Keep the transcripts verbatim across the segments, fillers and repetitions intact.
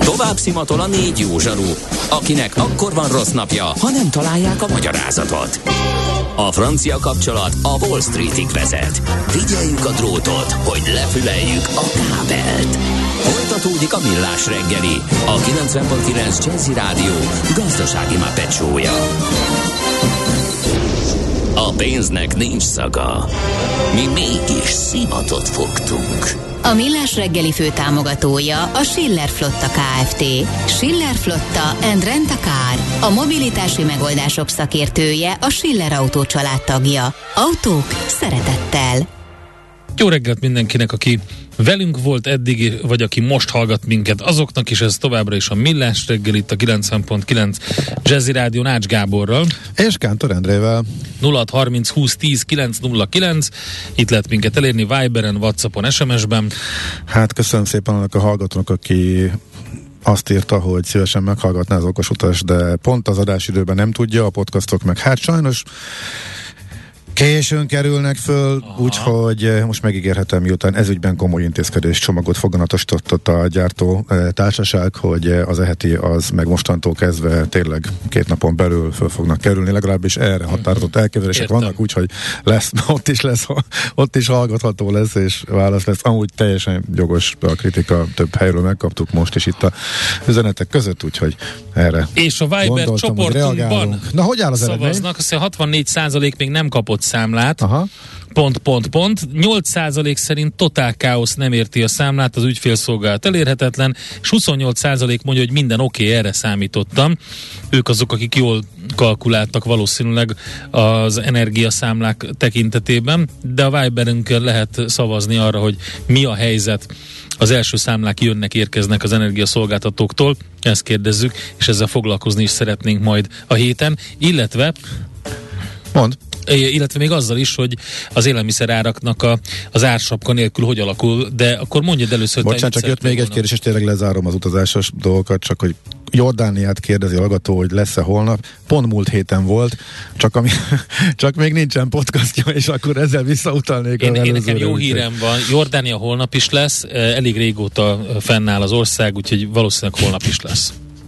Tovább szimatol a négy jó zsaru, akinek akkor van rossz napja, ha nem találják a magyarázatot. A francia kapcsolat a Wall Streetig vezet. Figyeljük a drótot, hogy lefüleljük a kábelt. Folytatódik a Millás reggeli, a kilencven pont kilenc Jazzy Rádió gazdasági Muppet show-ja. A pénznek nincs szaga. Mi mégis szimatot fogtunk. A Millás reggeli főtámogatója a Schiller Flotta Kft. Schiller Flotta and Rent a Car. A mobilitási megoldások szakértője, a Schiller Autó család tagja. Autók szeretettel. Jó reggelt mindenkinek, aki velünk volt eddig, vagy aki most hallgat minket, azoknak is ez továbbra is a Millás reggel itt a kilencven pont kilenc Jazzy Rádió Nács Gáborral. És Kántor Endrével. nulla hat harminc húsz tíz kilenc nulla kilenc. Itt lehet minket elérni Viberen, WhatsAppon, es em es-ben. Hát köszönöm szépen annak a hallgatónak, aki azt írta, hogy szívesen meghallgatná az Okos Utas, de pont az adásidőben nem tudja, a podcastok meg hát sajnos későn kerülnek föl, úgyhogy most megígérhetem, miután ezügyben komoly intézkedés csomagot foganatosított a gyártó e, társaság, hogy az eheti az meg mostantól kezdve tényleg két napon belül föl fognak kerülni, legalábbis erre határozott elképzelések vannak, úgyhogy lesz, ott is lesz, ott is hallgatható lesz, és válasz lesz. Amúgy teljesen jogos a kritika, több helyről megkaptuk most is itt a üzenetek között, úgyhogy erre és a Viber csoportunkban Na, hogy áll az szavaznak, eredmény? azt hiszem hatvannégy százalék még nem kapott számlát. Aha. Pont, pont, pont. nyolc százalék szerint totál káosz, nem érti a számlát, az ügyfélszolgálat elérhetetlen, és huszonnyolc százalék mondja, hogy minden oké, okay, erre számítottam. Ők azok, akik jól kalkuláltak valószínűleg az energiaszámlák tekintetében, de a Viberünkön lehet szavazni arra, hogy mi a helyzet. Az első számlák jönnek, érkeznek az energiaszolgáltatóktól, ezt kérdezzük, és ezzel foglalkozni is szeretnénk majd a héten, illetve Mond. illetve még azzal is, hogy az élelmiszeráraknak a, az ársapka nélkül hogy alakul, de akkor mondjad először. Bocsánat, csak jött még egy kérdés, és tényleg lezárom az utazásos dolgokat, csak hogy Jordániát kérdezi a hallgató, hogy lesz-e holnap. Pont múlt héten volt, csak, ami, csak még nincsen podcastja, és akkor ezzel visszautalnék. Én, én nekem jó hírem van, Jordánia holnap is lesz, elég régóta fennáll az ország, úgyhogy valószínűleg holnap is lesz.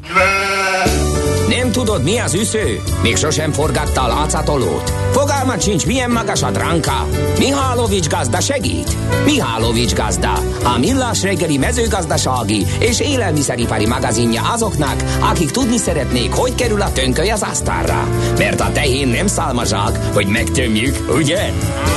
Nem tudod, mi az üsző? Még sosem forgatta a látszatolót? Fogalmat sincs, milyen magas a dránka? Mihálovics gazda segít? Mihálovics gazda, a Millás reggeli mezőgazdasági és élelmiszeripari magazinja azoknak, akik tudni szeretnék, hogy kerül a tönköly az asztalra. Mert a tehén nem szálmazsák, hogy megtömjük, ugye?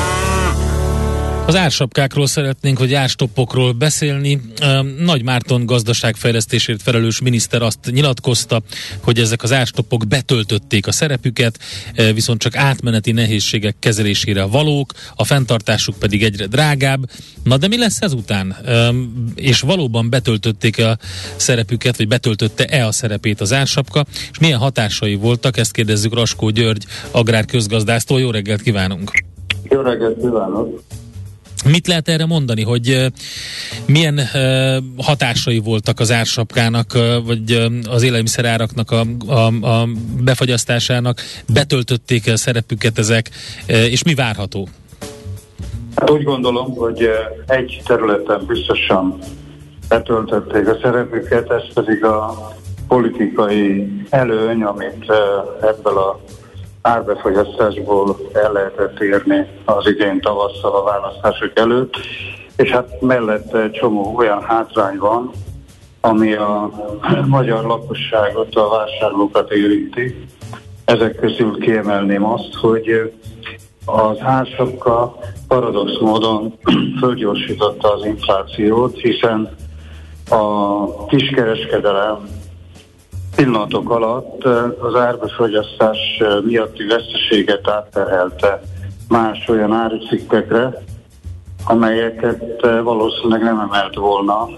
Az ársapkákról szeretnénk, vagy árstoppokról beszélni. Nagy Márton gazdaságfejlesztésért felelős miniszter azt nyilatkozta, hogy ezek az árstoppok betöltötték a szerepüket, viszont csak átmeneti nehézségek kezelésére valók, a fenntartásuk pedig egyre drágább. Na de mi lesz ezután? És valóban betöltötték a szerepüket, vagy betöltötte-e a szerepét az ársapka, és milyen hatásai voltak? Ezt kérdezzük Raskó György agrárközgazdásztól. Jó reggelt kívánunk! Jó reggelt kívánok! Mit lehet erre mondani, hogy uh, milyen uh, hatásai voltak az ársapkának, uh, vagy uh, az élelmiszeráraknak a, a, a befagyasztásának, betöltötték a szerepüket ezek, uh, és mi várható? Hát úgy gondolom, hogy egy területen biztosan betöltötték a szerepüket, ez pedig a politikai előny, amit uh, ebből a árbefogyasztásból el lehetett érni az idén tavasszal a választások előtt, és hát mellette egy csomó olyan hátrány van, ami a magyar lakosságot, a vásárlókat érinti. Ezek közül kiemelném azt, hogy az ársapka paradox módon fölgyorsította az inflációt, hiszen a kiskereskedelem pillanatok alatt az árbefogyasztás miatti veszteséget átterhelte más olyan árucikkekre, amelyeket valószínűleg nem emelt volna,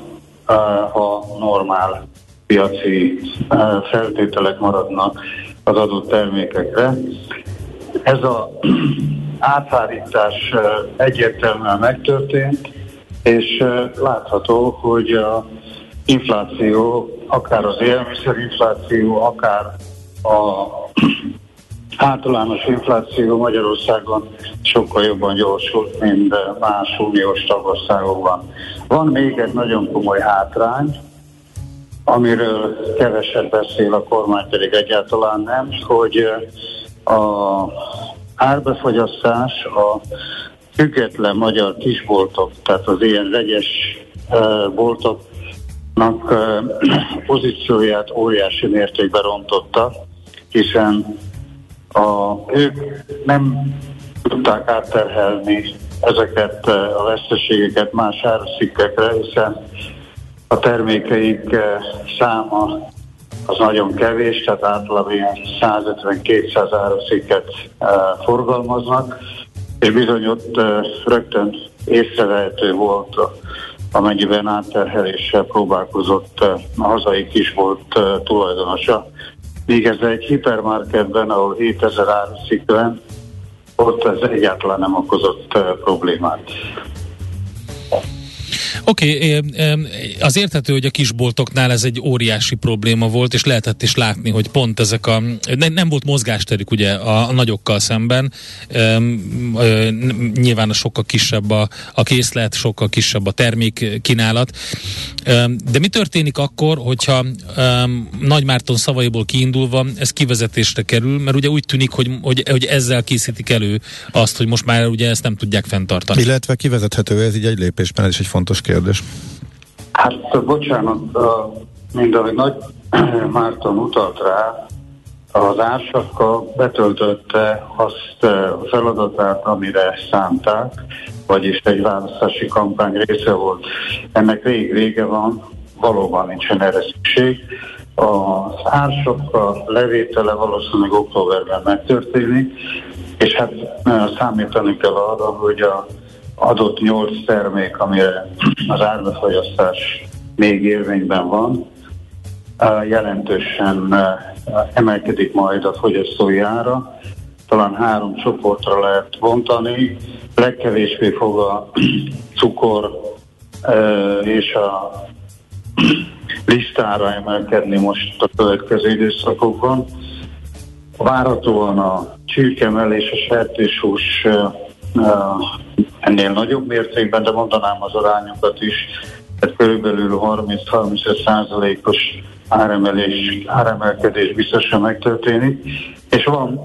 ha normál piaci feltételek maradnak az adott termékekre. Ez az áthárítás egyértelműen megtörtént, és látható, hogy a infláció, akár az élelmiszerinfláció, akár a általános infláció Magyarországon sokkal jobban gyorsult, mint más uniós tagországokban. Van még egy nagyon komoly hátrány, amiről keveset beszél a kormány, pedig egyáltalán nem, hogy a árbefagyasztás a független magyar kisboltok, tehát az ilyen vegyes boltoknak pozícióját óriási mértékben rontotta, hiszen a, ők nem tudták átterhelni ezeket a veszteségeket más árucikkekre, hiszen a termékeik száma az nagyon kevés, tehát általában ilyen százötven-kétszáz árucikket forgalmaznak, és bizony ott rögtön észrevehető volt, amennyiben átterheléssel próbálkozott a hazai kisbolt tulajdonosa. Míg ez egy hipermarketben, ahol hétezer árucikk van, ott ez egyáltalán nem okozott problémát. Oké, okay, az érthető, hogy a kisboltoknál ez egy óriási probléma volt, és lehetett is látni, hogy pont ezek a... Nem volt mozgásterük ugye a, a nagyokkal szemben, nyilván a sokkal kisebb a, a készlet, sokkal kisebb a termékkínálat, de mi történik akkor, hogyha Nagymárton szavaiból kiindulva ez kivezetésre kerül, mert ugye úgy tűnik, hogy, hogy, hogy ezzel készítik elő azt, hogy most már ugye ezt nem tudják fenntartani. Illetve kivezethető ez így egy lépésben, ez is egy fontos kérdés. Hát bocsánat, mind ahogy Nagy Márton utalt rá, az ársakkal betöltötte azt a feladatát, amire szánták, vagyis egy választási kampány része volt. Ennek rég vége van, valóban nincsen erre szükség. Az ársok a levétele valószínűleg októberben megtörténik, és hát számítani kell arra, hogy a adott nyolc termék, amire az árbefagyasztás még érvényben van, jelentősen emelkedik majd a fogyasztói ára. Talán három csoportra lehet bontani. Legkevésbé fog a cukor és a listára emelkedni most a következő időszakokban. Várhatóan a csirkemell és a sertéshús ennél nagyobb mértékben, de mondanám az arányokat is, tehát körülbelül harminc-harmincöt százalékos áremelés, áremelkedés biztosan megtörténik, és van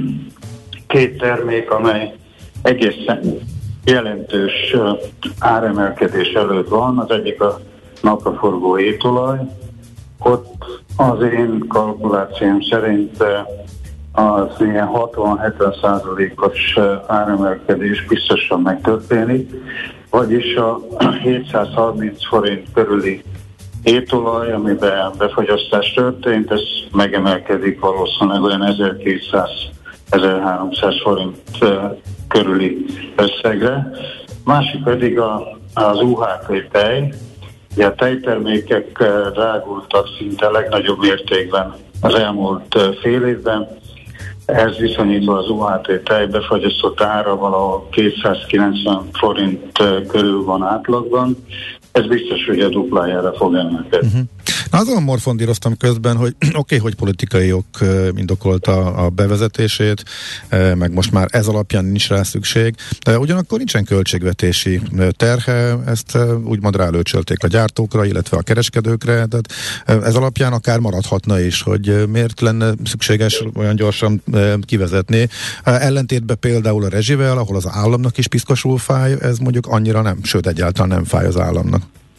két termék, amely egészen jelentős áremelkedés előtt van, az egyik a napraforgó étolaj, ott az én kalkulációm szerint az ilyen hatvan-hetven százalékos áremelkedés biztosan megtörténik, vagyis a hétszázharminc forint körüli étolaj, amiben befagyasztás történt, ez megemelkedik valószínűleg olyan ezerkétszáz-ezerháromszáz forint körüli összegre. Másik pedig a, az u há té tej. Ugye a tejtermékek drágultak szinte legnagyobb mértékben az elmúlt fél évben. Ez viszonyítva az u há té tej befagyasztott ára valahol kétszázkilencven forint körül van átlagban. Ez biztos, hogy a duplájára fog emelkedni. Uh-huh. Na, azon morfondíroztam közben, hogy oké, okay, hogy politikai ok indokolta a bevezetését, meg most már ez alapján nincs rá szükség, de ugyanakkor nincsen költségvetési terhe, ezt úgymond rálőcsölték a gyártókra, illetve a kereskedőkre, tehát ez alapján akár maradhatna is, hogy miért lenne szükséges olyan gyorsan kivezetni. Ellentétben például a rezsivel, ahol az államnak is piszkosul fáj, ez mondjuk annyira nem, sőt egyáltalán nem fáj az államnak.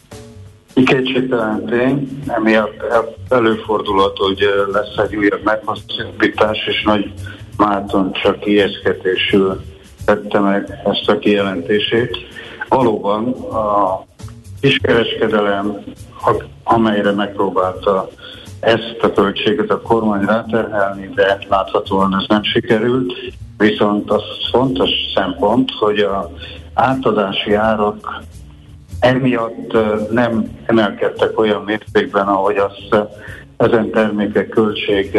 Kétségtelen tény, emiatt előfordulhat, hogy lesz egy újabb meghosszabbítás, és Nagy Márton csak ijesztgetésül tette meg ezt a kijelentését. Valóban a kiskereskedelem, amelyre megpróbálta ezt a költséget a kormány ráterhelni, de láthatóan ez nem sikerült. Viszont az fontos szempont, hogy az átadási árak emiatt nem emelkedtek olyan mértékben, ahogy azt ezen termékek költség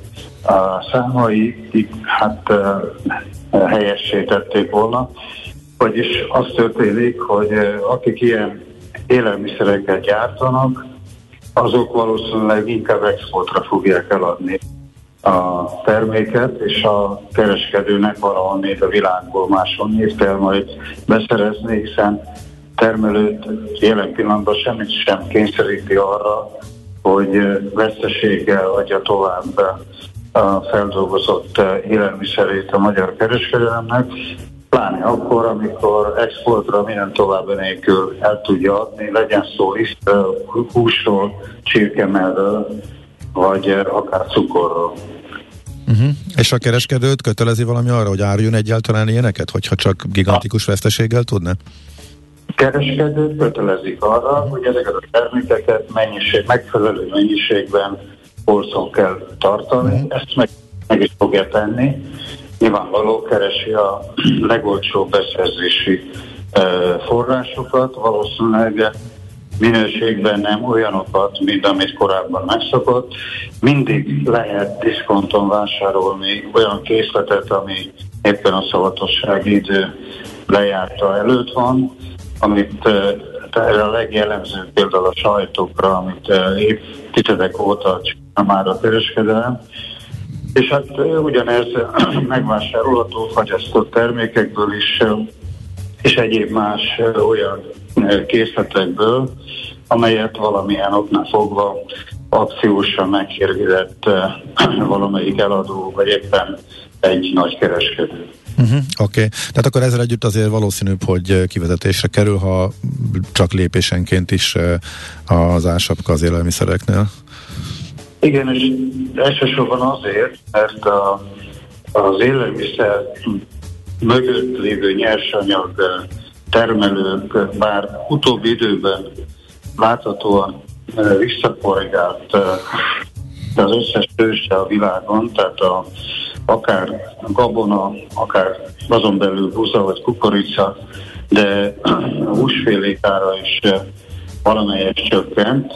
számai hát helyessé tették volna. Vagyis az történik, hogy akik ilyen élelmiszereket gyártanak, azok valószínűleg inkább exportra fogják eladni a terméket, és a kereskedőnek valahonnét a világból máshonnét kell majd beszerezni, hiszen termelőt jelen pillanatban semmit sem kényszeríti arra, hogy veszteséggel adja tovább a feldolgozott élelmiszerét a magyar kereskedelemnek, pláne akkor, amikor exportra minden további nélkül el tudja adni, legyen szó lisztről, húsról, csirkemellről, vagy akár cukorról. Uh-huh. És a kereskedőt kötelezi valami arra, hogy áruljon egyáltalán ilyeneket, hogyha csak gigantikus veszteséggel tudna? Kereskedőt kötelezik arra, hogy ezeket a termékeket mennyiség, megfelelő mennyiségben polcon kell tartani, uh-huh. ezt meg, meg is fogja tenni. Nyilvánvaló keresi a legolcsóbb beszerzési uh, forrásokat, valószínűleg minőségben nem olyanokat, mint amit korábban megszokott. Mindig lehet diszkonton vásárolni olyan készletet, ami éppen a szavatossági idő lejárta előtt van, amit erre a legjellemzőbb például a sajtokra, amit évtizedek óta csinál már a kereskedelem. És hát ugyanez megvásárolható fagyasztott termékekből is, és egyéb más olyan készletekből, amelyet valamilyen oknál fogva akciósan meghirdetett valamelyik eladó, vagy éppen egy nagy kereskedő. Uh-huh, Oké, okay. Tehát akkor ezzel együtt azért valószínűbb, hogy kivezetésre kerül, ha csak lépésenként is az ársapka az élelmiszereknél. Igen, és elsősorban azért, mert a, az élelmiszer mögött lévő nyersanyag termelők bár utóbbi időben láthatóan visszakorrigált az összes tőzsde a világon, tehát a, akár gabona, akár azon belül buza vagy kukorica, de a húsfélék ára is valamelyest csökkent,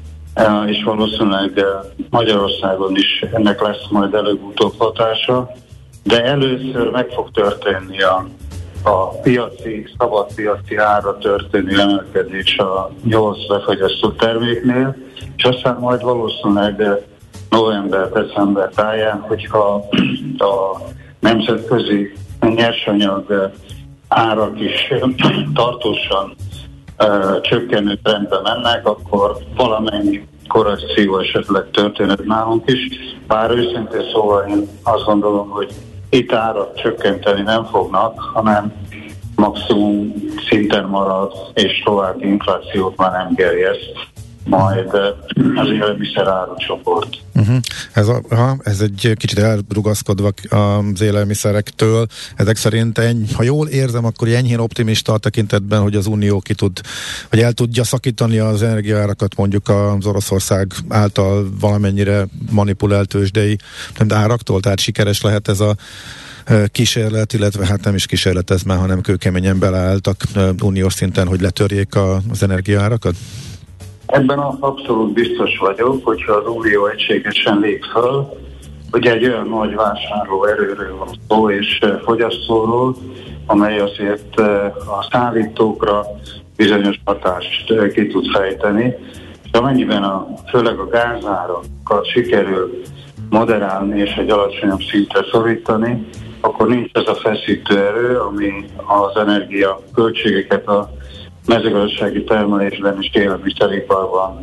és valószínűleg Magyarországon is ennek lesz majd előbb-utóbb hatása, de először meg fog történni a, a piaci, szabad piaci ára történő emelkedés a nyolc befagyasztott terméknél, és aztán majd valószínűleg november-december táján, hogyha a nemzetközi nyersanyag árak is tartósan uh, csökkenő trendbe mennek, akkor valamennyi korrekció esetleg történet nálunk is. Bár őszintén szóval én azt gondolom, hogy itt árak csökkenteni nem fognak, hanem maximum szinten marad, és további inflációt már nem gerjeszt majd az élelmiszer árucsoport. Uh-huh. Ez, a, ha, ez egy kicsit elrugaszkodva az élelmiszerektől. Ezek szerint, eny, ha jól érzem, akkor enyhén optimista a tekintetben, hogy az Unió ki tud, vagy el tudja szakítani az energiaárakat mondjuk az Oroszország által valamennyire manipulált tőzsdei áraktól, tehát sikeres lehet ez a kísérlet, illetve hát nem is kísérlet ez már, hanem kőkeményen beleálltak uniós szinten, hogy letörjék a, az energiaárakat? Ebben abszolút biztos vagyok, hogyha az Unió egységesen lép föl, hogy egy olyan nagy vásárló erőről van szó és fogyasztóról, amely azért a szállítókra bizonyos hatást ki tud fejteni, és amennyiben a, főleg a gázárakat sikerül moderálni és egy alacsonyabb szintre szorítani, akkor nincs ez a feszítő erő, ami az energia költségeket a mezőgazdasági termelésben és élelmiszeriparban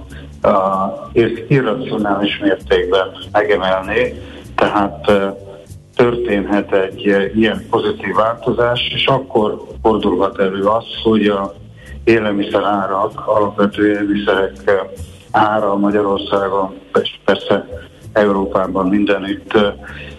uh, irracionális mértékben megemelni, tehát uh, történhet egy uh, ilyen pozitív változás, és akkor fordulhat elő az, hogy a élelmiszer árak, alapvető élelmiszerek uh, ára Magyarországon, és persze Európában mindenütt uh,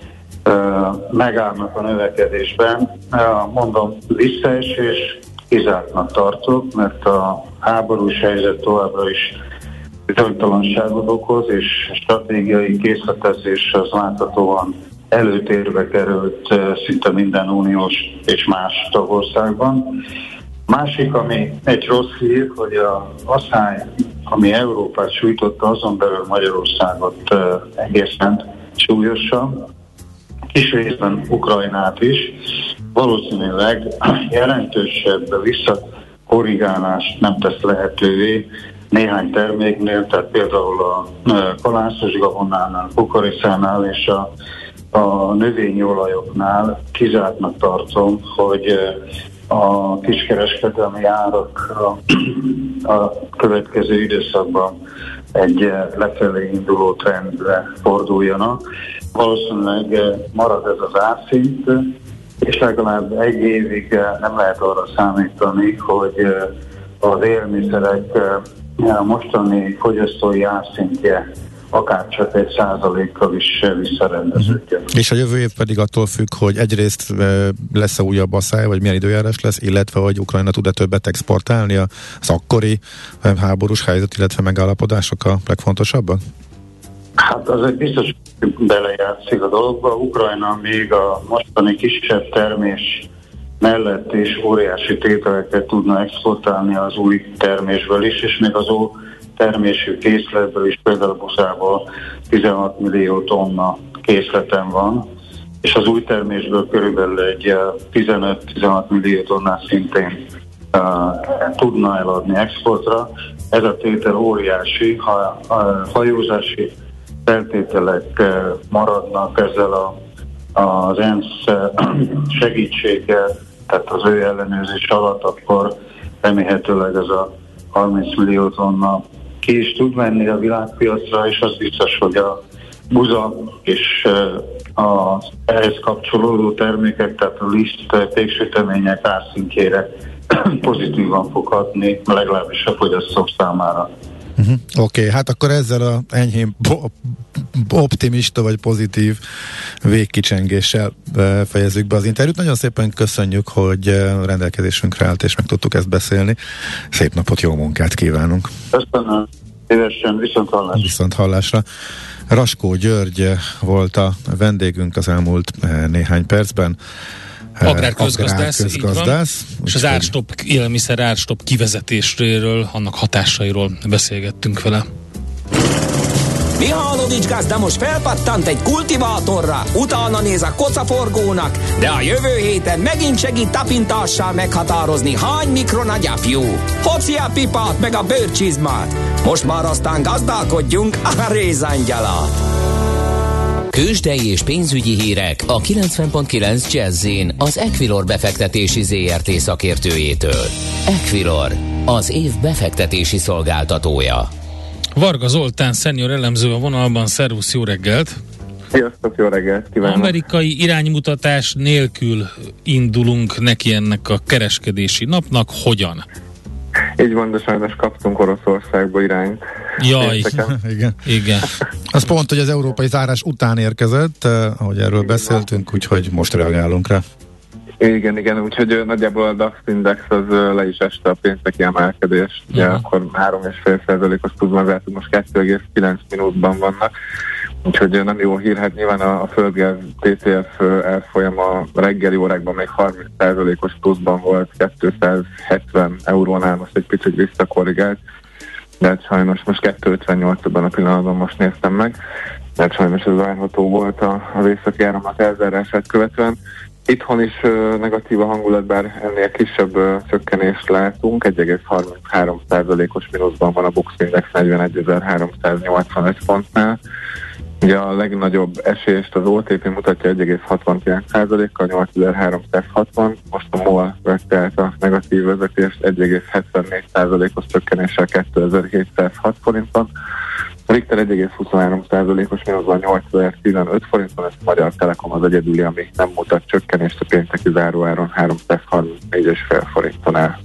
uh, megállnak a növekedésben. Uh, mondom, visszaesés kizártnak tartok, mert a háborús helyzet továbbra is bizonytalanságot okoz, és stratégiai készletezés az láthatóan előtérbe került szinte minden uniós és más tagországban. Másik, ami egy rossz hír, hogy a asszály, ami Európát sújtotta, azon belül Magyarországot egészen súlyosan, kis részben Ukrajnát is, valószínűleg jelentősebb visszakorrigálást nem tesz lehetővé néhány terméknél, tehát például a kalászos gabonánál, kukoricánál és a, a növényi olajoknál kizártnak tartom, hogy a kiskereskedelmi árak a, a következő időszakban egy lefelé induló trendre forduljanak. Valószínűleg marad ez az árszint, és legalább egy évig nem lehet arra számítani, hogy az élelmiszerek mostani fogyasztói árszintje akár csak egy százalékkal is visszarendeződjön. Uh-huh. És a jövő év pedig attól függ, hogy egyrészt lesz-e újabb asszály, vagy milyen időjárás lesz, illetve hogy Ukrajna tud-e többet exportálni, az akkori háborús helyzet, illetve megállapodások a legfontosabbak? Hát az egy biztos belejátszik a dologba. Ukrajna még a mostani kisebb termés mellett is óriási tételeket tudna exportálni az új termésből is, és még az új termésű készletből is, például buszából tizenhat millió tonna készleten van, és az új termésből körülbelül egy tizenöt-tizenhat millió tonnát szintén uh, tudna eladni exportra. Ez a tétel óriási, ha a hajózási feltételek uh, maradnak ezzel a, az ENSZ segítséggel, tehát az ő ellenőrzés alatt, akkor remélhetőleg ez a harminc millió tonna ki is tud menni a világpiacra, és az biztos, hogy a buza és az ehhez kapcsolódó termékek, tehát a liszt, péksütemények árszintjére pozitívan fog hatni, legalábbis a fogyasztók számára. Uh-huh. Oké, okay, hát akkor ezzel a enyhén bo- optimista vagy pozitív végkicsengéssel fejezzük be az interjút. Nagyon szépen köszönjük, hogy rendelkezésünkre állt, és meg tudtuk ezt beszélni. Szép napot, jó munkát kívánunk! Köszönöm, szívesen, viszont hallásra! Viszont hallásra! Raskó György volt a vendégünk az elmúlt néhány percben. Agrárközgazdász, Agrárközgazdász és az árstop, élelmiszer árstop kivezetésről, annak hatásairól beszélgettünk vele. Mihálovics gazda most felpattant egy kultivátorra, utána néz a kocaforgónak, de a jövő héten megint segít tapintással meghatározni, hány mikron a gyapjú. Hoci a pipát meg a bőrcsizmát. Most már aztán gazdálkodjunk a rézangyalat. Kősdei és pénzügyi hírek a kilencven pont kilenc Jazz-in az Equilor befektetési zé er té szakértőjétől. Equilor, az év befektetési szolgáltatója. Varga Zoltán, senior elemző a vonalban. Szervusz, jó reggelt! Sziasztok, jó reggelt kívánok! Amerikai iránymutatás nélkül indulunk neki ennek a kereskedési napnak. Hogyan? Így van, de sajnos kaptunk Oroszországba irányt. Jaj, igen. igen. Az pont, hogy az európai zárás után érkezett, eh, ahogy erről beszéltünk, úgyhogy most reagálunk rá. Igen, igen, úgyhogy nagyjából a DAX index az le is este a pénteki emelkedés. Ugye uh-huh. akkor három egész öt százalékos pluszban zártunk, most kettő egész kilenc minútban vannak. Úgyhogy nem jó hír, hát nyilván a, a földgáz té té ef árfolyam a reggeli órákban még harminc százalékos pluszban volt, kétszázhetven eurónál, most egy picit visszakorrigált, de hát sajnos most kettő ötvennyolcban a pillanatban most néztem meg, de hát sajnos ez várható volt a, az északi áramlat elzárását követően. Itthon is uh, negatív a hangulat, bár ennél kisebb uh, csökkenést látunk, egy egész harminchárom százalékos mínuszban van a Bux Index negyvenegy-háromszáznyolcvanöt pontnál. Ugye a legnagyobb esést az o té pé mutatja egy egész hatvankilenc százalékkal, nyolcezer-háromszázhatvan, most a MOL vette át a negatív vezetést egy egész hetvennégy százalékos csökkenéssel kétezer-hétszázhat forinton. A Richter egy egész huszonhárom százalékos mínuszban nyolcezer-tizenöt forinton, ez a Magyar Telekom az egyedüli, ami nem mutat csökkenést, a pénteki záróáron háromszázharmincnégy egész öt forinton áll.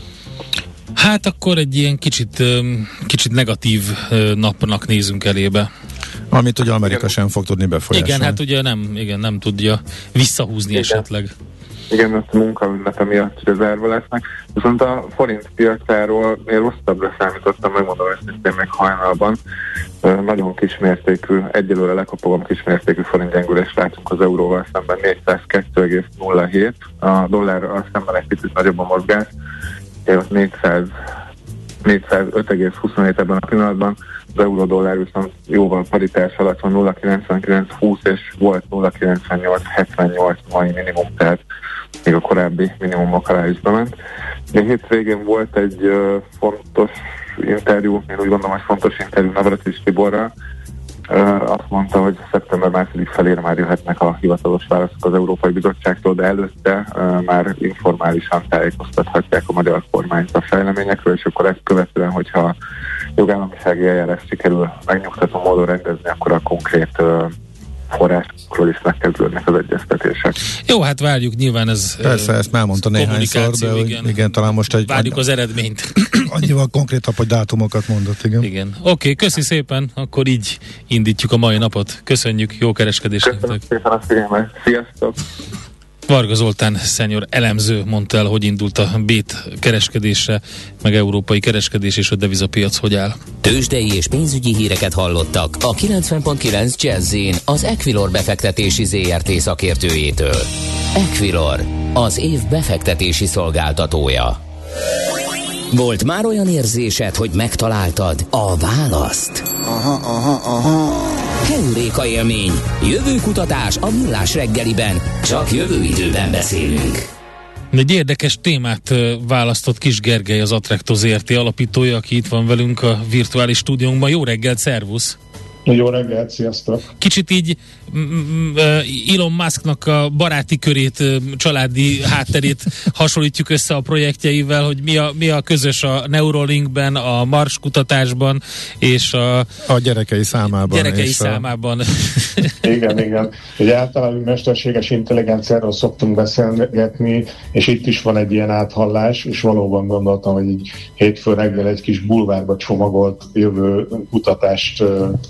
Hát akkor egy ilyen kicsit, kicsit negatív napnak nézünk elébe. Amit ugye Amerika igen. sem fog tudni befolyásolni. Igen, hát ugye nem, igen, nem tudja visszahúzni igen. esetleg. Igen, ezt a munkaünnete miatt zárva lesznek. Viszont a forint piacáról én rosszabbra számítottam, megmondom őszintén még hajnalban. Nagyon kismértékű, egyelőre lekopogom kismértékű forint gyengülést látunk az euróval szemben, négyszázkettő egész nulla hét. A dollárral szemben egy picit nagyobb a mozgás, négyszáz négyszázöt egész huszonhét ebben a pillanatban, az euró-dollár viszont jóval paritás alatt van, nulla egész kilencvenkilenc húsz és volt nulla egész kilencvennyolc hetvennyolc mai minimum, tehát még a korábbi minimumok alá is bement. De hétvégén volt egy uh, fontos interjú, én úgy gondolom, hogy fontos interjú Navracsics Tiborral. Uh, azt mondta, hogy szeptember második felére már jöhetnek a hivatalos válaszok az Európai Bizottságtól, de előtte uh, már informálisan tájékoztathatják a magyar kormányt a fejleményekről, és akkor ezt követően, hogyha jogállamisági eljárást sikerül megnyugtató módon rendezni, akkor a konkrét uh, forrásokról is megkezdődnek az egyeztetések. Jó, hát várjuk, nyilván ez persze, ezt már mondta néhányszor, de igen. igen, talán most egy... Várjuk az eredményt. Annyival konkrétabb, hogy dátumokat mondott, igen. Igen. Oké, okay, köszi szépen, akkor így indítjuk a mai napot. Köszönjük, jó kereskedést. Köszönöm szépen a figyelmet. Sziasztok! Varga Zoltán szenyor elemző mondta el, hogy indult a bét kereskedésre, meg európai kereskedés és a devizapiac hogy áll. Tőzsdei és pénzügyi híreket hallottak a kilencven pont kilenc Jazz-in az Equilor befektetési zé er té szakértőjétől. Equilor, az év befektetési szolgáltatója. Volt már olyan érzésed, hogy megtaláltad a választ? Aha, aha, aha. Heuréka élmény, jövőkutatás a Millás reggeliben, csak jövő időben beszélünk. Egy érdekes témát választott Kis Gergely, az Attracto zé er té alapítója, aki itt van velünk a virtuális stúdiónkban. Jó reggelt, szervusz! Jó reggelt, sziasztok! Kicsit így Elon Musknak a baráti körét, családi hátterét hasonlítjuk össze a projektjeivel, hogy mi a, mi a közös a Neuralinkben, a Mars kutatásban és a, a gyerekei számában. Gyerekei számában. A... igen, igen. Ugye általában mesterséges intelligenciáról szoktunk beszélgetni, és itt is van egy ilyen áthallás, és valóban gondoltam, hogy így hétfő reggel egy kis bulvárba csomagolt jövő kutatást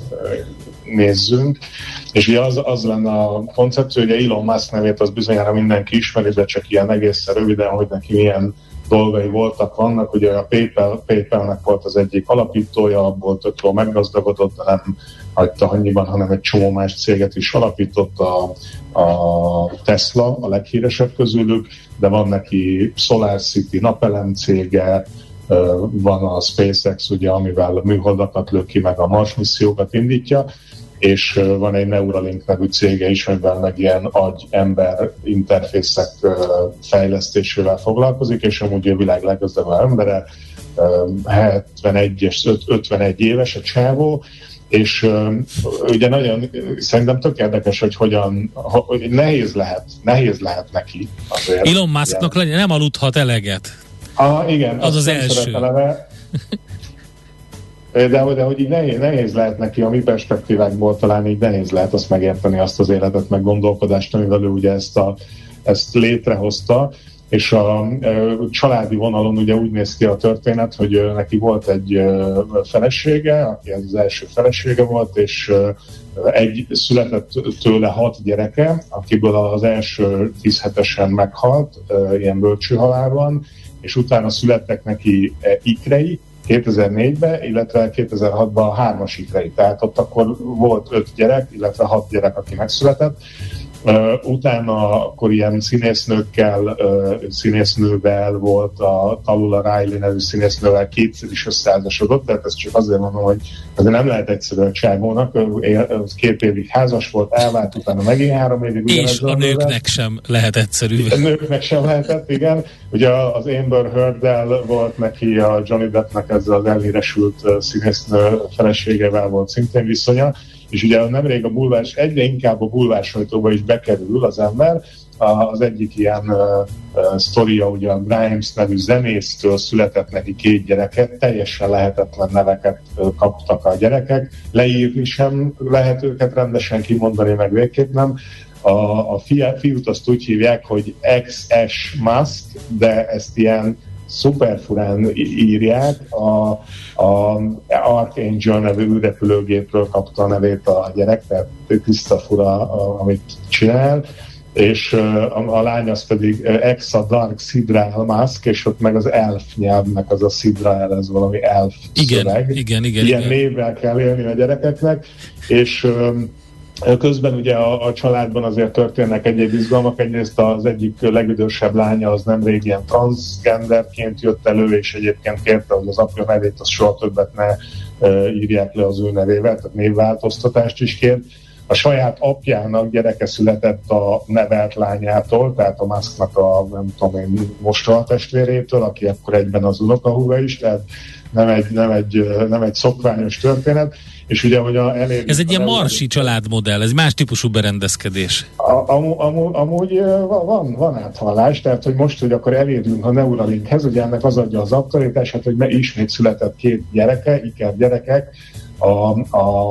nézzünk, és ugye az, az lenne a koncepció, hogy Elon Musk nevét az bizonyára mindenki ismeri, de csak ilyen egészen röviden, hogy neki milyen dolgai voltak, vannak. Ugye a PayPal, PayPal-nek volt az egyik alapítója, abból tök jól meggazdagodott, de nem hagyta annyiban, hanem egy csomó más céget is alapított, a, a Tesla a leghíresebb közülük, de van neki SolarCity napelem cége, van a SpaceX, ugye, amivel a műholdakat lő ki, meg a Mars missziókat indítja, és van egy Neuralink nevű cége is, amivel meg ilyen agy-ember interfészek fejlesztésével foglalkozik, és amúgy a világ leggazdagabb embere, hetvenegy és ötvenegy éves a csávó, és uh, ugye nagyon, szerintem tök érdekes, hogy hogyan, hogy nehéz lehet, nehéz lehet neki azért. Elon Musknak legyen, nem aludhat eleget. Ah, igen, az az első. De, de hogy így nehéz, nehéz lehet neki, a mi perspektívákból talán így nehéz lehet azt megérteni, azt az életet, meg gondolkodást, amivel ő ugye ezt, a, ezt létrehozta, és a, a családi vonalon ugye úgy néz ki a történet, hogy neki volt egy felesége, aki az első felesége volt, és egy született tőle hat gyereke, akiből az első tíz hetesen meghalt, ilyen bölcsőhalálban, és utána születtek neki ikrei kétezer-négyben, illetve kétezer-hatban hármas ikrei. Tehát ott akkor volt öt gyerek, illetve hat gyerek, aki megszületett. Uh, utána akkor ilyen színésznőkkel, uh, színésznővel volt, a Talula Riley nevű színésznővel kétszer is összeházasodott, tehát ezt csak azért mondom, hogy azért nem lehet egyszerű a csávónak, két évig házas volt, elvált, utána megint három évig. És a nőknek sem lehet egyszerű. A nőknek sem lehetett, igen. Ugye az Amber Heard-del volt neki, a Johnny Deppnek ezzel az elhíresült színésznő feleségevel volt szintén viszonya, és ugye nemrég a bulvás, egyre inkább a bulvár sajtóba is bekerül az ember. Az egyik ilyen uh, uh, sztoria, ugye a Grimes nevű zenésztől született neki két gyereket, teljesen lehetetlen neveket uh, kaptak a gyerekek, leírni sem lehet őket rendesen kimondani, meg végképp nem. A, a fia, fiút azt úgy hívják, hogy iksz es Musk, de ezt ilyen szuper furán írják, a, a Archangel nevű űrrepülőgépről kapta a nevét a gyerek, tehát tiszta fura, amit csinál, és a, a lány az pedig Exa Dark Sidrael Musk, és ott meg az elf nyelvnek az a Sidrael, ez valami elf igen, szöveg. Igen, igen, Ilyen igen. névvel kell élni a gyerekeknek, és közben ugye a, a családban azért történnek egy-egy izgalmak. Egyrészt az egyik legüdösebb lánya az nemrég ilyen transgenderként jött elő, és egyébként kérte, hogy az apja nevét az soha többet ne e, írják le az ő nevével, tehát névváltoztatást is kért. A saját apjának gyereke született a nevelt lányától, tehát a Musknak a, nem tudom én, mostoha testvérétől, aki akkor egyben az unokahúga is, tehát nem egy, nem egy, nem egy szokványos történet, és ugye, hogy a elérjük... Ez egy ilyen marsi családmodell, ez más típusú berendezkedés. A, amú, amú, amúgy van, van áthallás, tehát hogy most, hogy akkor elérjünk a Neuralinkhez, ugye ennek az adja az aktualitását, hogy ismét született két gyereke, iker gyerekek, a,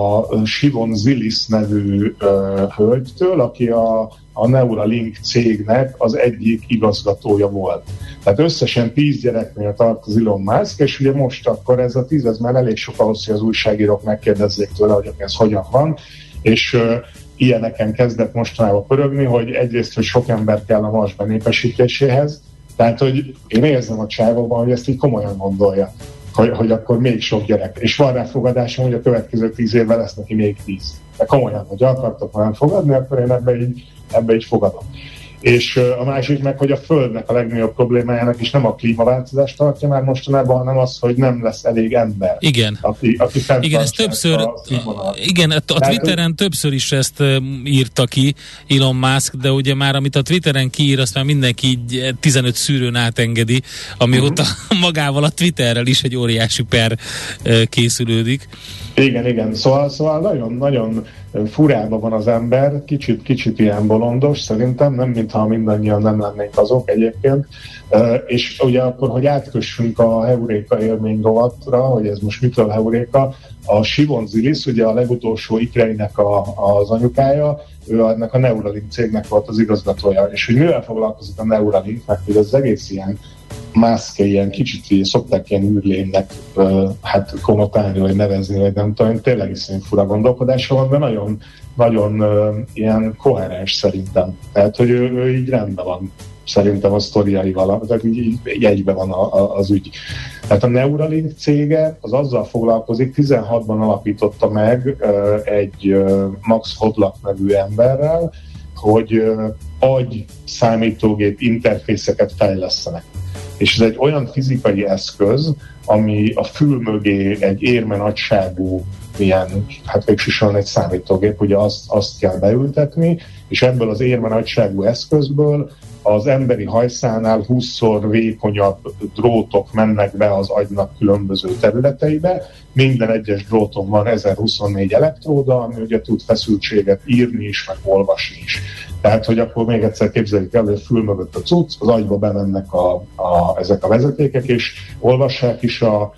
a Shivon Zilis nevű ö, hölgytől, aki a, a Neuralink cégnek az egyik igazgatója volt. Tehát összesen tíz gyereknél tart az Elon Musk, és ugye most akkor ez a tíz, ez már elég sok ahhoz, hogy az újságírók megkérdezzék tőle, hogy ez hogyan van, és ö, ilyeneken kezdett mostanában pörögni, hogy egyrészt, hogy sok ember kell a Mars benépesítéséhez, tehát, hogy én érzem a csávóban, hogy ezt így komolyan gondolja. Hogy, hogy akkor még sok gyerek. És van rá fogadásom, hogy a következő tíz évvel lesz neki még tíz. De komolyan, hogy akartok velem fogadni, akkor én ebbe így, ebbe így fogadom. És a másik meg, hogy a Földnek a legnagyobb problémájának is nem a klímaváltozást tartja már mostanában, hanem az, hogy nem lesz elég ember. Igen. Aki, aki igen, ez többször, a, igen, a Tehát, Twitteren hogy... többször is ezt írta ki Elon Musk, de ugye már amit a Twitteren kiír, azt már mindenki így tizenöt szűrőn átengedi, amióta uh-huh. magával a Twitterrel is egy óriási per készülődik. Igen, igen. Szóval, szóval nagyon, nagyon furában van az ember, kicsit, kicsit ilyen bolondos szerintem, nem mintha mindannyian nem lennénk azok egyébként. Uh, és ugye akkor, hogy átkössünk a Heuréka élmény rovatra, hogy ez most mitől Heuréka, a Shivon Zilis, ugye a legutolsó ikreinek a, az anyukája, ő ennek a Neuralink cégnek volt az igazgatója. És hogy mivel foglalkozik a Neuralink, mert hogy az egész ilyen Musk ilyen kicsit szokták ilyen űrlénynek uh, hát konotálni, vagy nevezni, vagy nem tudom, tényleg iszonyú fura gondolkodása van, de nagyon, nagyon uh, ilyen koherens szerintem. Tehát, hogy ő, ő így rendben van szerintem a sztoriaival, tehát így, így egyben van a, a, az ügy. Tehát a Neuralink cége az azzal foglalkozik, tizenhatban alapította meg uh, egy uh, Max Hodlak nevű emberrel, hogy uh, agy számítógép interfészeket fejlesztenek. És ez egy olyan fizikai eszköz, ami a fül mögé egy érme nagyságú ilyen, hát végsősorban egy számítógép, ugye azt, azt kell beültetni, és ebből az érme nagyságú eszközből az emberi hajszánál húszszor vékonyabb drótok mennek be az agynak különböző területeibe. Minden egyes dróton van ezerhuszonnégy elektróda, ami ugye tud feszültséget írni is, meg olvasni is. Tehát, hogy akkor még egyszer képzeljük el, hogy a fül mögött a cucc, az agyba bemennek a, a, ezek a vezetékek, és olvassák is a,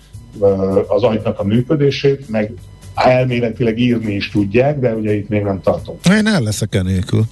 az agynak a működését, meg elméletileg írni is tudják, de ugye itt még nem tartunk. Én el leszek enélkül.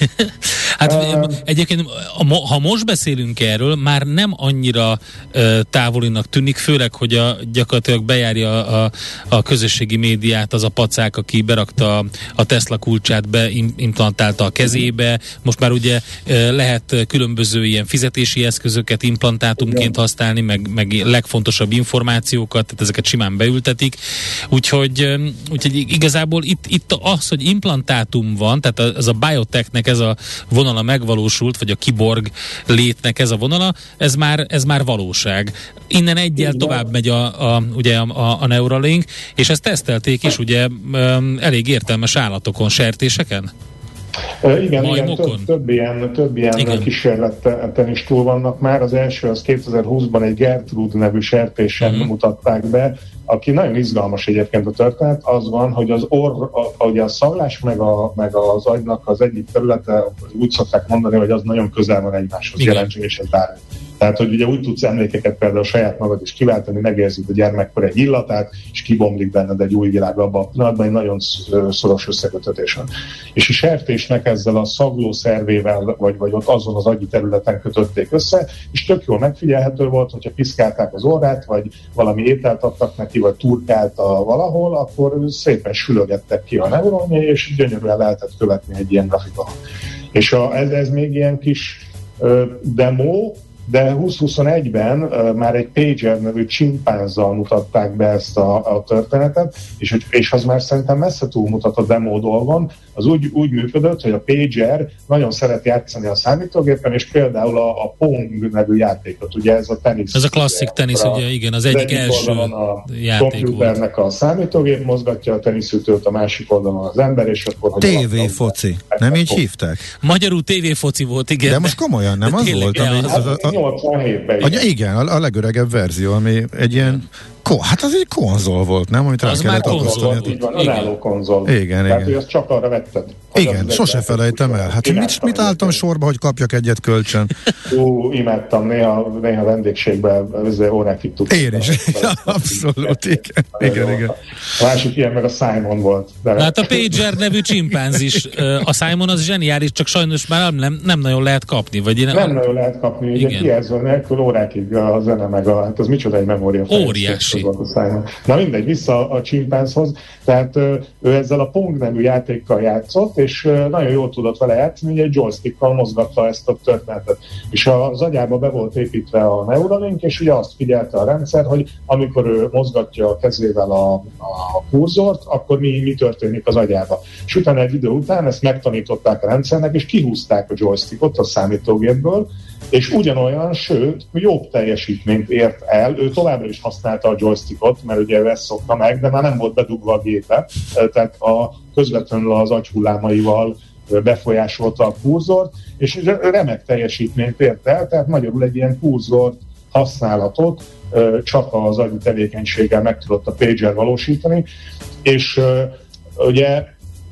Hát uh, egyébként, ha most beszélünk erről, már nem annyira uh, távolinak tűnik, főleg, hogy a, gyakorlatilag bejárja a, a közösségi médiát az a pacák, aki berakta a Tesla kulcsát, beimplantálta a kezébe. Most már ugye uh, lehet különböző ilyen fizetési eszközöket implantátumként használni, meg, meg legfontosabb információkat, tehát ezeket simán beültetik. Úgyhogy, um, úgyhogy igazából itt, itt az, hogy implantátum van, tehát az a biotechnek ez a vonala megvalósult, vagy a kiborg létnek ez a vonala, ez már, ez már valóság. Innen egyel tovább megy a, a, ugye a, a Neuralink, és ezt tesztelték is ugye um, elég értelmes állatokon, sertéseken? Uh, igen, igen több, több ilyen, több ilyen kísérleten is túl vannak már. Az első az kétezer-húszban egy Gertrude nevű sertésen uh-huh. mutatták be, aki nagyon izgalmas egyébként a történet, az van, hogy az orr, a, ugye a szaglás meg, a, meg az agynak az egyik területe, úgy szokták mondani, hogy az nagyon közel van egymáshoz, jelenség és egy bármi. Tehát, hogy ugye úgy tudsz emlékeket például saját magad is kiváltani, megérzed a gyermekkor egy illatát, és kibomlik benned egy új világ abban a pillanatban, egy nagyon szoros összekötetés van. És a sertésnek ezzel a szaglószervével, vagy, vagy ott azon az agyi területen kötötték össze, és tök jól megfigyelhető volt, hogyha piszkálták az orrát, vagy valami ételt adtak neki, vagy turkálta valahol, akkor szépen sülögettek ki a neuronjai, és gyönyörűen lehetett követni egy ilyen grafikon. És a, ez, ez még ilyen kis ö, demo, de húsz-huszonegyben uh, már egy pager nevű csimpánzzal mutatták be ezt a, a történetet, és, és az már szerintem messze túlmutat a demo dolgon. Az úgy, úgy működött, hogy a pager nagyon szeret játszani a számítógépen, és például a, a Pong nevű játékot, ugye ez a tenisz. Ez a klasszik tenisz, ugye igen, az egyik első a játék komputernek volt. A számítógép mozgatja a teniszütőt, a másik oldalon az ember, és akkor... té vé foci, nem így hívták? Magyarul té vé foci volt, igen. De most komolyan, nem az volt? Ami, az, az, a, a, nyolcvanhétben. A, igen, a, a legöregebb verzió, ami egy ilyen Ko, hát az egy konzol volt, nem? Amit az már konzol volt. Így van, önálló konzol. Igen, Tehát, igen. hogy azt csak arra vetted. Igen, sose felejtem el. Hát mit, mit álltam sorba, hogy kapjak egyet kölcsön? Ú, imádtam, néha, néha vendégségben órákig tudtam. Én is, abszolút, igen, igen, igen. A másik ilyen meg a Simon volt. De hát a Pager nevű csimpánz is. A Simon az zseniális, csak sajnos már nem, nem nagyon lehet kapni. Vagy én... Nem nagyon lehet kapni, ugye kijelző nélkül órákig a zene meg a, hát az micsoda egy memória. Óriási. Na mindegy, vissza a csimpánzhoz. Tehát ő ezzel a Pong nevű játékkal játszott, és nagyon jól tudott vele játszani, ugye egy joystickkal mozgatta ezt a történetet. És az agyába be volt építve a Neuralink, és ugye azt figyelte a rendszer, hogy amikor ő mozgatja a kezével a, a kurzort, akkor mi, mi történik az agyába. És utána egy idő után ezt megtanították a rendszernek, és kihúzták a joystickot a számítógépből, és ugyanolyan, sőt, jobb teljesítményt ért el. Ő továbbra is használta a joystickot, mert ugye ezt szokta meg, de már nem volt bedugva a gépe, tehát a közvetlenül az agyhullámaival befolyásolta a kurzort, és remek teljesítményt ért el, tehát magyarul egy ilyen kurzort használatot csak az agyi tevékenységgel meg tudott a pager valósítani, és ugye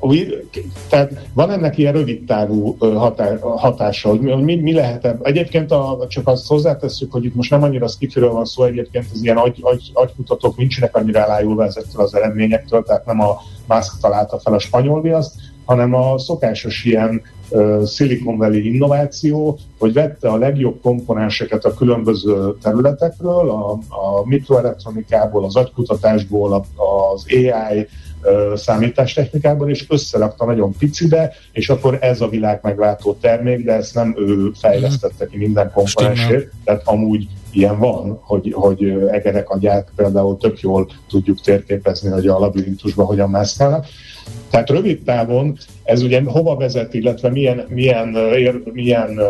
tehát van ennek ilyen rövidtávú hatása, hogy mi, mi lehet ebb. Egyébként a, csak azt hozzátesszük, hogy itt most nem annyira skifiről van szó, egyébként az ilyen agy, agy, agykutatók nincsenek annyira elájulva ezektől az eredményektől, tehát nem a Musk találta fel a spanyol viaszt, hanem a szokásos ilyen uh, Silicon Valley innováció, hogy vette a legjobb komponenseket a különböző területekről, a, a mikroelektronikából, az agykutatásból, az á i számítástechnikából, és összerakta nagyon picibe, és akkor ez a világ megváltó termék, de ezt nem ő fejlesztette ki minden komponensét, tehát amúgy ilyen van, hogy, hogy egerek agyát például tök jól tudjuk térképezni, hogy a labirintusban hogyan mászkálnak. Tehát rövid távon ez ugye hova vezet, illetve milyen, milyen, milyen uh,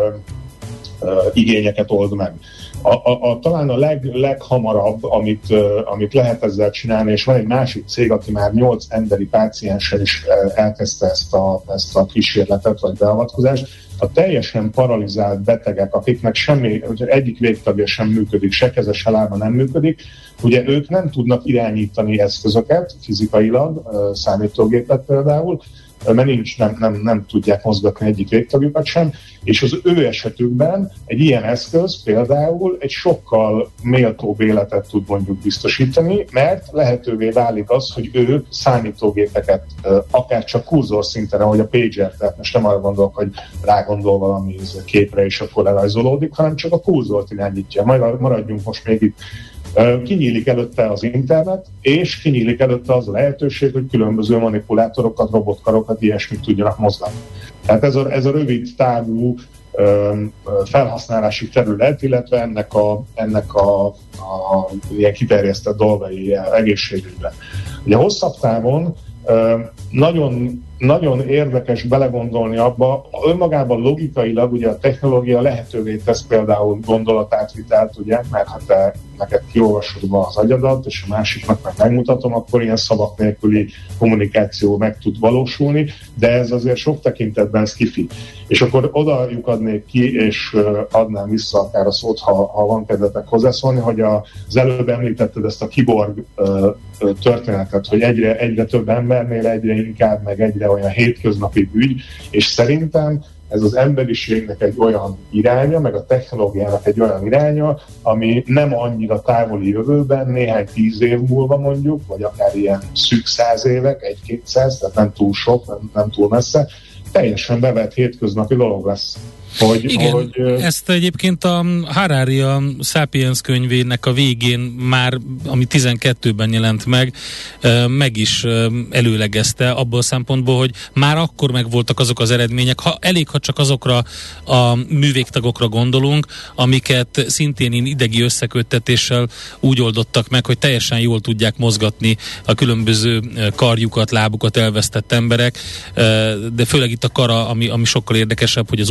uh, igényeket old meg. A, a, a, talán a leg, leghamarabb, amit, uh, amit lehet ezzel csinálni, és van egy másik cég, aki már nyolc emberi pácienssel is uh, elkezdte ezt a, ezt a kísérletet, vagy beavatkozást, a teljesen paralizált betegek, akiknek semmi, egyik végtagja sem működik, se keze, se lába nem működik, ugye ők nem tudnak irányítani eszközöket fizikailag, uh, számítógépet például, mert nincs, nem, nem, nem tudják mozgatni egyik végtagjukat sem, és az ő esetükben egy ilyen eszköz például egy sokkal méltóbb életet tud mondjuk biztosítani, mert lehetővé válik az, hogy ő számítógépeket, akár csak kurzor szinten, ahogy a pager, tehát most nem arra gondolok, hogy rágondol valami képre és akkor lerajzolódik, hanem csak a kurzort irányítja. Majd maradjunk most még itt. Kinyílik előtte az internet, és kinyílik előtte az a lehetőség, hogy különböző manipulátorokat, robotkarokat, ilyesmit tudjanak mozgatni. Tehát ez a, ez a rövid távú um, felhasználási terület, illetve ennek a, ennek a, a ilyen kiterjesztett dolgai egészségügyben. Ugye hosszabb távon um, nagyon nagyon érdekes belegondolni abba, önmagában logikailag ugye a technológia lehetővé tesz például gondolatátvitelt, ugye, mert ha te neked kiolvasod ma az agyadat, és a másiknak meg megmutatom, akkor ilyen szavak nélküli kommunikáció meg tud valósulni, de ez azért sok tekintetben skifi. És akkor oda lyukadnék ki, és adnám vissza akár a szót, ha, ha van kedvetek hozzászólni, hogy az előbb említetted ezt a kiborg történetet, hogy egyre, egyre több embernél, egyre inkább, meg egyre olyan hétköznapi ügy, és szerintem ez az emberiségnek egy olyan iránya, meg a technológiának egy olyan iránya, ami nem annyira távoli jövőben, néhány tíz év múlva mondjuk, vagy akár ilyen szűk száz évek, egy-kétszáz, tehát nem túl sok, nem, nem túl messze, teljesen bevett hétköznapi dolog lesz. Hogy, Igen, hogy, ezt egyébként a Harari a Sapiens könyvének a végén már, ami tizenkettőben jelent meg, meg is előlegezte abból a szempontból, hogy már akkor megvoltak azok az eredmények, ha elég, ha csak azokra a művégtagokra gondolunk, amiket szintén idegi összeköttetéssel úgy oldottak meg, hogy teljesen jól tudják mozgatni a különböző karjukat, lábukat elvesztett emberek, de főleg itt a kara, ami, ami sokkal érdekesebb, hogy az új mozgás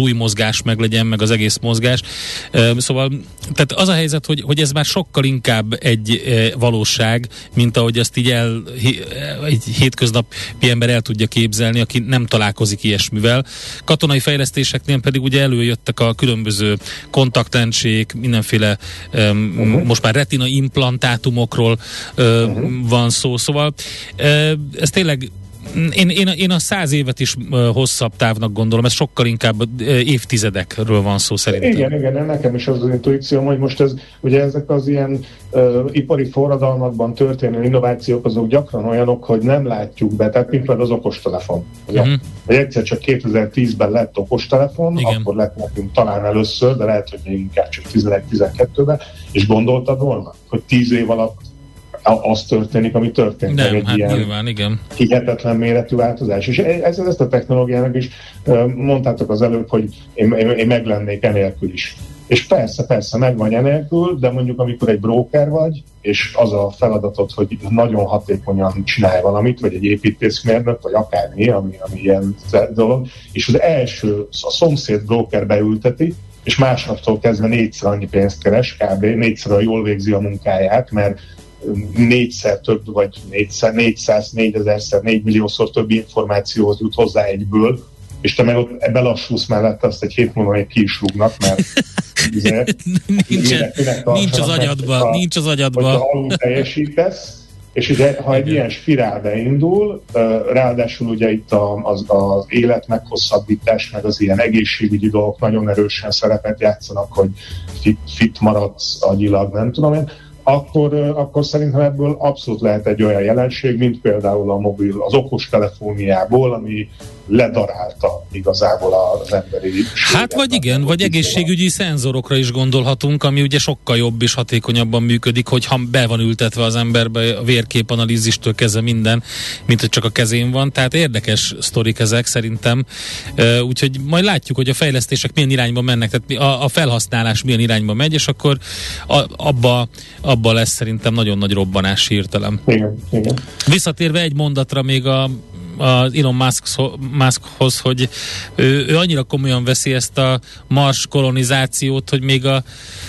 indulás meg legyen, meg az egész mozgás. Szóval, tehát az a helyzet, hogy, hogy ez már sokkal inkább egy valóság, mint ahogy azt így el, egy hétköznapi ember el tudja képzelni, aki nem találkozik ilyesmivel. Katonai fejlesztéseknél pedig ugye előjöttek a különböző kontaktlencsék, mindenféle um, uh-huh. most már retina implantátumokról uh, uh-huh. van szó, szóval uh, ez tényleg Én, én, én a száz évet is uh, hosszabb távnak gondolom, ez sokkal inkább uh, évtizedekről van szó szerintem. Igen, igen, nekem is az az intuícióm, hogy most ez, ugye ezek az ilyen uh, ipari forradalmakban történő innovációk, azok gyakran olyanok, hogy nem látjuk be, tehát mint az okostelefon. Uh-huh. Hogy egyszer csak kétezer-tízben lett okostelefon, igen. Akkor lett nekünk talán először, de lehet, hogy még inkább csak tizenegy-tizenkettőben, és gondoltad volna, hogy tíz év alatt az történik, ami történt. Nem, egy hát ilyen nyilván, igen. hihetetlen méretű változás. És ez, ezt a technológiának is mondtátok az előbb, hogy én, én, én meglennék enélkül is. És persze, persze, megvan enélkül, de mondjuk amikor egy broker vagy, és az a feladatod, hogy nagyon hatékonyan csinálj valamit, vagy egy építészmérnök, vagy akármi, ami, ami ilyen dolog, és az első, a szomszéd broker beülteti, és másnaptól kezdve négyszer annyi pénzt keres, kb. Négyszer jól végzi a munkáját, mert négyszer több, vagy négyszer, négyszáz, négyezerszer, négymilliószor több információhoz jut hozzá egyből, és te meg ott belassulsz mellette, azt egy hét múlva még ki is rúgnak, mert Nincsen, nincs az agyadban, nincs az agyadban. Hogyha alul teljesítesz, és ugye, ha egy ilyen spirál beindul, ráadásul ugye itt az, az élet meghosszabbítás, meg az ilyen egészségügyi dolgok nagyon erősen szerepet játszanak, hogy fit, fit maradsz agyilag, nem tudom én, Akkor, akkor szerintem ebből abszolút lehet egy olyan jelenség, mint például a mobil, az okostelefóniából, ami ledarálta igazából az emberi... Hát vagy igen, vagy egészségügyi szenzorokra is gondolhatunk, ami ugye sokkal jobb és hatékonyabban működik, hogyha be van ültetve az emberbe a vérképanalízistől kezdve minden, mint hogy csak a kezén van, tehát érdekes sztorik ezek szerintem, úgyhogy majd látjuk, hogy a fejlesztések milyen irányba mennek, tehát a, a felhasználás milyen irányba megy, és akkor a, abba, abba lesz szerintem nagyon nagy robbanás hirtelen. Igen, igen. Visszatérve egy mondatra még a az Elon Muskhoz, hogy ő, ő annyira komolyan veszi ezt a Mars kolonizációt, hogy még a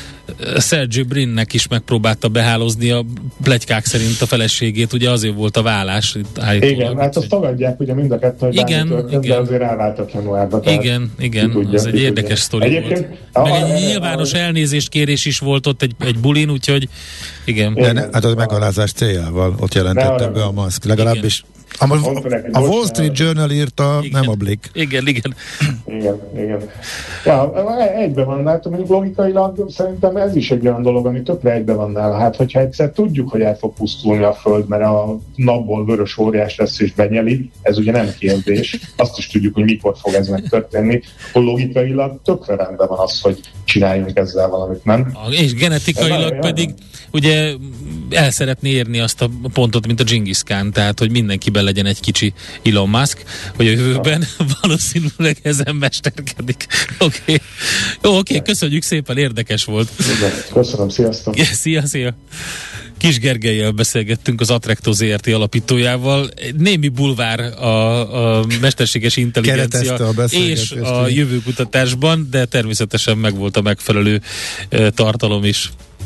Sergey Brinnek is megpróbálta behálózni a pletykák szerint a feleségét, ugye azért volt a vállás. Igen, hát azt tagadják ugye mind a kettő, hogy igen, történt, igen. De azért elváltak januárba. Igen, igen, tudja, az egy érdekes sztori volt. A, Meg egy nyilvános elnézést kérés is volt ott egy, egy bulin, úgyhogy igen. De ne, hát az megalázás céljával ott jelentette be a Musk, legalábbis A, a Wall Street Journal írta, igen. Nem a Blick. Igen, igen. Igen, igen. Ja, egybe van, látom, hogy logikailag szerintem ez is egy olyan dolog, ami tökre egybe van nála. Hát, hogyha egyszer tudjuk, hogy el fog pusztulni a Föld, mert a napból vörös óriás lesz és benyeli, ez ugye nem kérdés. Azt is tudjuk, hogy mikor fog ez megtörténni. Akkor logikailag tökre rendben van az, hogy csináljunk ezzel valamit, nem? És genetikailag pedig ugye el szeretné érni azt a pontot, mint a Genghis Khan, tehát, hogy mindenkiben legyen egy kicsi Elon Musk, hogy a jövőben valószínűleg ezen mesterkedik. Oké. Okay. Jó, oké, okay, köszönjük szépen, érdekes volt. Köszönöm, sziasztok. Szia, szia. Kis Gergellyel beszélgettünk, az Attracto zé er té alapítójával. Némi bulvár a, a mesterséges intelligencia a és a jövőkutatásban, de természetesen megvolt a megfelelő e, tartalom is.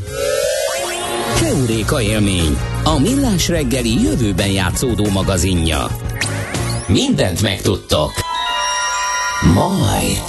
Heuréka élmény, a Millás reggeli jövőben játszódó magazinja. Mindent megtudtok. Majd.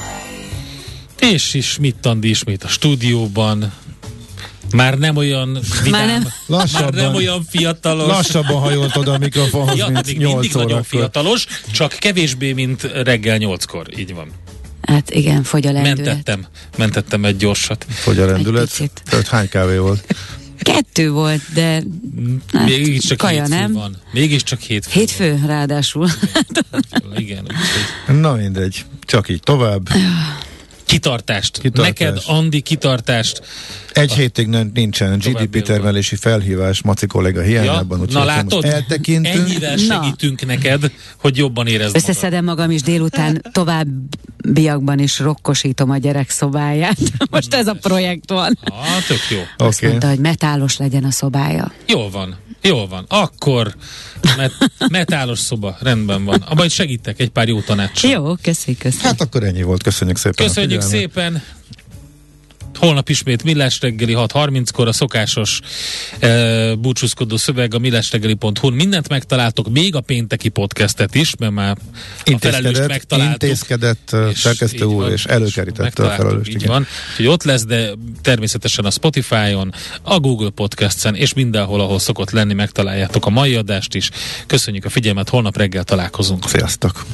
És ismét Andi ismét a stúdióban. Már nem olyan vidám, már nem, már nem olyan fiatalos. Lassabban hajolt oda a mikrofonhoz, ja, mint nyolc órakor. Nagyon fiatalos, csak kevésbé, mint reggel nyolckor. Így van. Hát igen, fogy a lendület. Mentettem, mentettem egy gyorsat. Fogy a lendület? Tehát hány kávé volt? Kettő volt, de hát, mégiscsak kaja, hétfő nem? van. Mégiscsak hétfő. Hétfő, van. Ráadásul. Igen. Na mindegy, csak így tovább. Kitartást. Kitartást. Neked, Andi, kitartást. Egy a... hétig nincsen gé dé pé termelési felhívás Maci kolléga hiányában. Ja, na látod, eltekintünk. Ennyivel segítünk na. neked, hogy jobban érezd Összeszedem magam is délután, továbbiakban is rokkosítom a gyerek szobáját. Most ez a projekt van. Ah, tök jó. Okay. Azt mondta, hogy metálos legyen a szobája. Jól van. Jól van, akkor met- metálos szoba, rendben van. Abban segítek egy pár jó tanácssal. Jó, köszi, köszi. Hát akkor ennyi volt, köszönjük szépen. Köszönjük szépen. Holnap ismét Millás reggeli hat harminckor, a szokásos e, búcsúzkodó szöveg a millásreggeli pont hu-n. Mindent megtaláltok, még a pénteki podcastet is, mert már a felelőst megtaláltuk. Intézkedett szerkesztő úr, és előkerítette a felelőst. Így van. Úgyhogy ott lesz, de természetesen a Spotify-on, a Google Podcast-en, és mindenhol, ahol szokott lenni, megtaláljátok a mai adást is. Köszönjük a figyelmet, holnap reggel találkozunk. Sziasztok!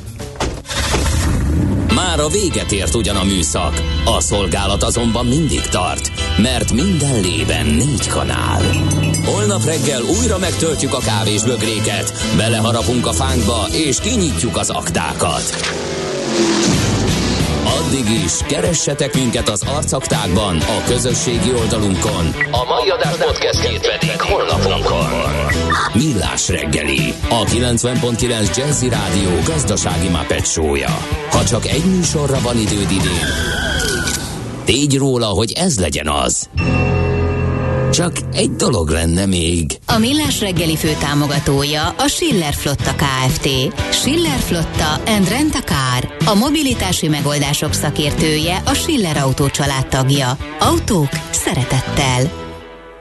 Már a véget ért ugyan a műszak, a szolgálat azonban mindig tart, mert minden lében négy kanál. Holnap reggel újra megtöltjük a kávésbögréket, beleharapunk a fánkba és kinyitjuk az aktákat. Addig is keressetek minket az arcaktákban, a közösségi oldalunkon. A mai adás podcastjét pedig honlapunkon. Millás reggeli, a kilencven pont kilenc Jazzy Rádió gazdasági Muppet show-ja. Ha csak egy műsorra van időd idén, tégy róla, hogy ez legyen az. Csak egy dolog lenne még. A Millás reggeli főtámogatója a Schiller Flotta Kft. Schiller Flotta and Rent a Car. A mobilitási megoldások szakértője, a Schiller Autó család tagja. Autók szeretettel.